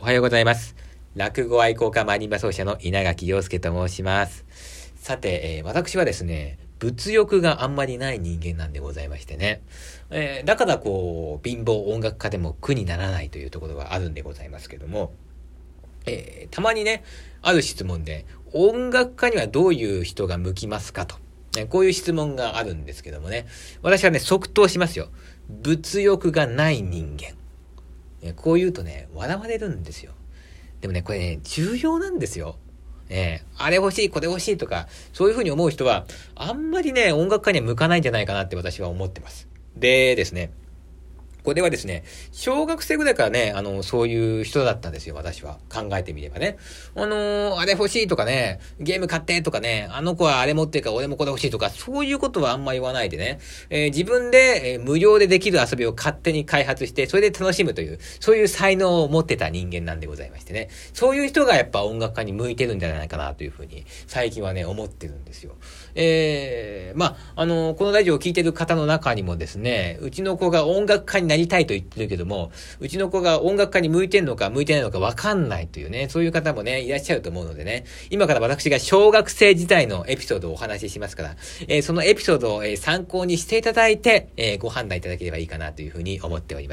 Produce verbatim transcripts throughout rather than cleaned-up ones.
はようございます。落語愛好家マリンバ奏者の稲垣陽介と申します。さて、えー、私はですね、物欲があんまりない人間なんでございましてね。えー、だからこう、貧乏音楽家でも苦にならないというところがあるんでございますけども、えー、たまにね、ある質問で、音楽家にはどういう人が向きますかと。ね、こういう質問があるんですけどもね、私はね、即答しますよ。物欲がない人間。こう言うとね、笑われるんですよ。でもね、これね、重要なんですよ。えー、あれ欲しい、これ欲しいとか、そういうふうに思う人は、あんまりね、音楽家には向かないんじゃないかなって私は思ってます。でですね、これはですね、小学生ぐらいからね、あの、そういう人だったんですよ、私は。考えてみればね。あのー、あれ欲しいとかね、ゲーム買ってとかね、あの子はあれ持ってるから俺もこれ欲しいとか、そういうことはあんま言わないでね、えー、自分で、えー、無料でできる遊びを勝手に開発して、それで楽しむという、そういう才能を持ってた人間なんでございましてね。そういう人がやっぱ音楽家に向いてるんじゃないかなというふうに、最近はね、思ってるんですよ。えー、まあ、あのー、このラジオを聞いてる方の中にもですね、うちの子が音楽家になりたいと言ってるけども、うちの子が音楽家に向いてんのか向いてないのか分かんないというね、そういう方もね、いらっしゃると思うのでね、今から私が小学生時代のエピソードをお話ししますから、えー、そのエピソードを、えー、参考にしていただいて、えー、ご判断いただければいいかなというふうに思っております。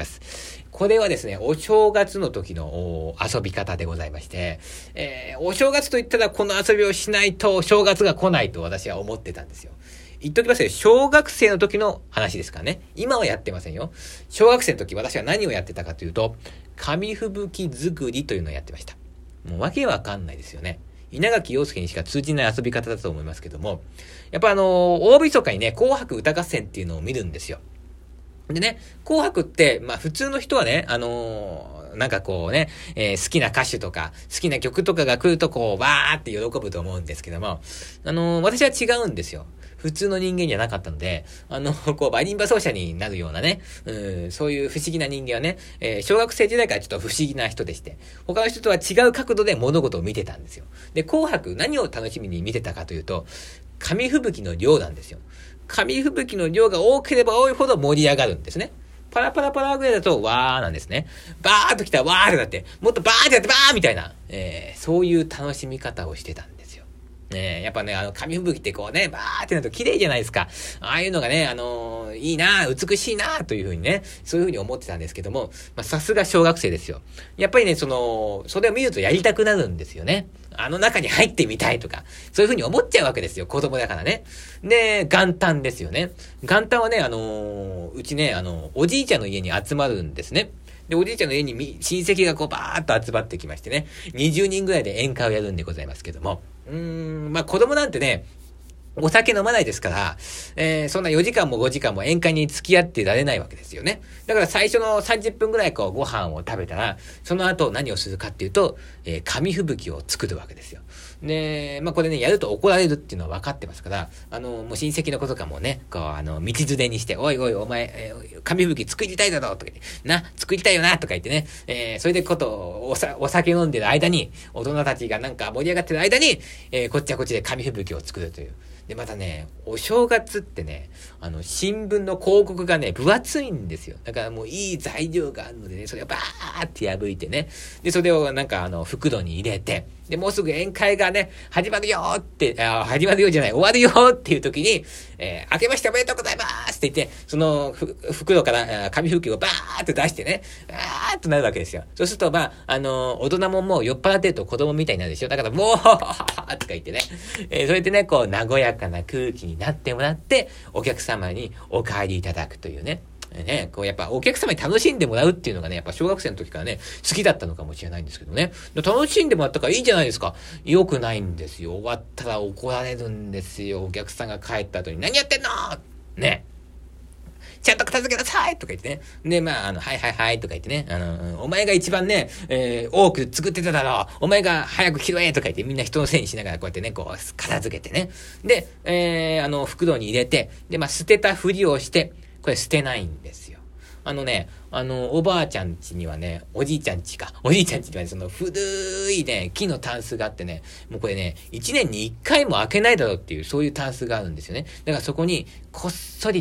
これはですね、お正月の時の遊び方でございまして、えー、お正月といったらこの遊びをしないと正月が来ないと私は思ってたんですよ。言っときますよ。小学生の時の話ですからね。今はやってませんよ。小学生の時私は何をやってたかというと、紙吹雪作りというのをやってました。もうわけわかんないですよね。稲垣陽介にしか通じない遊び方だと思いますけども、やっぱあのー、大晦日にね、紅白歌合戦っていうのを見るんですよ。でね、紅白って、まあ普通の人はね、あのー、なんかこうね、えー、好きな歌手とか、好きな曲とかが来るとこう、わーって喜ぶと思うんですけども、あのー、私は違うんですよ。普通の人間じゃなかったので、あの、こう、マリンバ奏者になるようなね、うん、そういう不思議な人間はね、えー、小学生時代からちょっと不思議な人でして、他の人とは違う角度で物事を見てたんですよ。で、紅白何を楽しみに見てたかというと、紙吹雪の量なんですよ。紙吹雪の量が多ければ多いほど盛り上がるんですね。パラパラパラぐらいだと、わーなんですね。バーっと来たらわーってなって、もっとバーってやってバーみたいな、えー、そういう楽しみ方をしてたんです。ねえ、やっぱね、あの、紙吹雪ってこうね、バーってなると綺麗じゃないですか。ああいうのがね、あのー、いいな、美しいな、というふうにね、そういうふうに思ってたんですけども、まあ、さすが小学生ですよ。やっぱりね、その、それを見るとやりたくなるんですよね。あの中に入ってみたいとか、そういうふうに思っちゃうわけですよ、子供だからね。で、元旦ですよね。元旦はね、あのー、うちね、あの、おじいちゃんの家に集まるんですね。で、おじいちゃんの家に親戚がこうバーっと集まってきましてね、にじゅうにんぐらいで宴会をやるんでございますけども、うーん、まあ子供なんてね、お酒飲まないですから、えー、そんなよじかんもごじかんも宴会に付き合ってられないわけですよね。だから最初のさんじゅっぷんぐらいこうご飯を食べたら、その後何をするかっていうと、えー、紙吹雪を作るわけですよ。で、まあこれね、やると怒られるっていうのは分かってますから、あの、もう親戚の子とかもね、こう、あの、道連れにして、おいおいお前、えー、紙吹雪作りたいだろうとか言って、な、作りたいよなとか言ってね、えー、それでことおさ、お酒飲んでる間に、大人たちがなんか盛り上がってる間に、えー、こっちはこっちで紙吹雪を作るという。で、またね、お正月ってね、あの、新聞の広告がね、分厚いんですよ。だからもういい材料があるのでね、それをバーって破いてね、で、それをなんかあの、袋に入れて、で、もうすぐ宴会がね、始まるよーって、あ、始まるよじゃない、終わるよーっていう時に、えー、明けましておめでとうございますって言って、そのふ、袋から紙吹雪をバーって出してね、バーっとなるわけですよ。そうすると、まあ、あのー、大人ももう酔っ払ってると子供みたいになるでしょ。だから、もう、とか言ってね、えー、それでね、こう、和やかな空気になってもらって、お客様にお帰りいただくというね。ね、こうやっぱお客様に楽しんでもらうっていうのがね、やっぱ小学生の時からね、好きだったのかもしれないんですけどね。楽しんでもらったからいいじゃないですか。良くないんですよ。終わったら怒られるんですよ。お客さんが帰った後に、何やってんのね。ちゃんと片付けなさいとか言ってね。で、まあ、あの、はいはいはいとか言ってね。あの、お前が一番ね、えー、多く作ってただろう。お前が早く拾えとか言ってみんな人のせいにしながらこうやってね、こう、片付けてね。で、えー、あの、袋に入れて、で、まあ、捨てたふりをして、これ捨てないんですよ。あのね、あの、おばあちゃん家にはね、おじいちゃん家か。おじいちゃん家にはね、その古いね、木のタンスがあってね、もうこれね、一年に一回も開けないだろうっていう、そういうタンスがあるんですよね。だからそこに、こっそりと、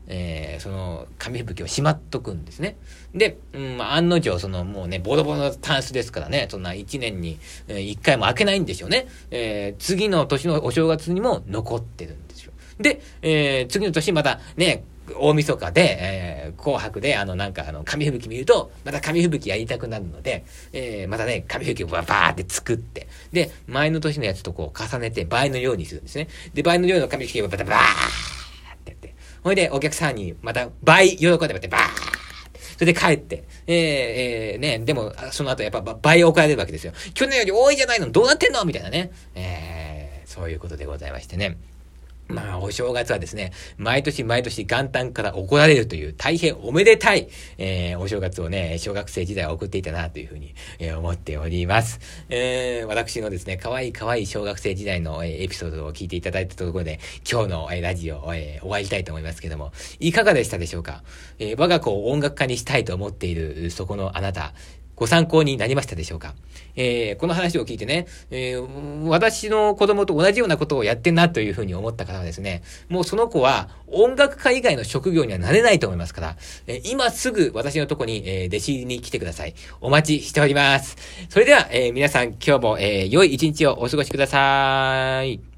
えー、その紙吹雪をしまっとくんですね。で、うん、まあ、案の定、そのもうね、ボロボロのタンスですからね、そんな一年に一回も開けないんでしょうね。えー、次の年のお正月にも残ってるんですよ。で、えー、次の年またね、大晦日で、えー、紅白で、あの、なんか、あの、紙吹雪見ると、また紙吹雪やりたくなるので、えー、またね、紙吹雪をバーって作って、で、前の年のやつとこう重ねて倍のようにするんですね。で、倍のようの紙吹雪をまたバーってやって、ほいで、お客さんにまた倍喜んでもらって、バーって、それで帰って、えー、えー、ね、でも、その後やっぱ倍怒られるわけですよ。去年より多いじゃないのどうなってんのみたいなね。えー、そういうことでございましてね。まあ、お正月はですね、毎年毎年元旦から怒られるという大変おめでたい、えー、お正月をね、小学生時代は送っていたなというふうに、えー、思っております。えー、私のですね、可愛い可愛い小学生時代の、えー、エピソードを聞いていただいたところで、今日の、えー、ラジオを、えー、終わりたいと思いますけども、いかがでしたでしょうか。えー、我が子を音楽家にしたいと思っている、そこのあなた、ご参考になりましたでしょうか。えー、この話を聞いてね、えー、私の子供と同じようなことをやってんなというふうに思った方はですね、もうその子は音楽家以外の職業にはなれないと思いますから、えー、今すぐ私のとこに、えー、弟子入りに来てください。お待ちしております。それでは、えー、皆さん今日も、えー、良い一日をお過ごしください。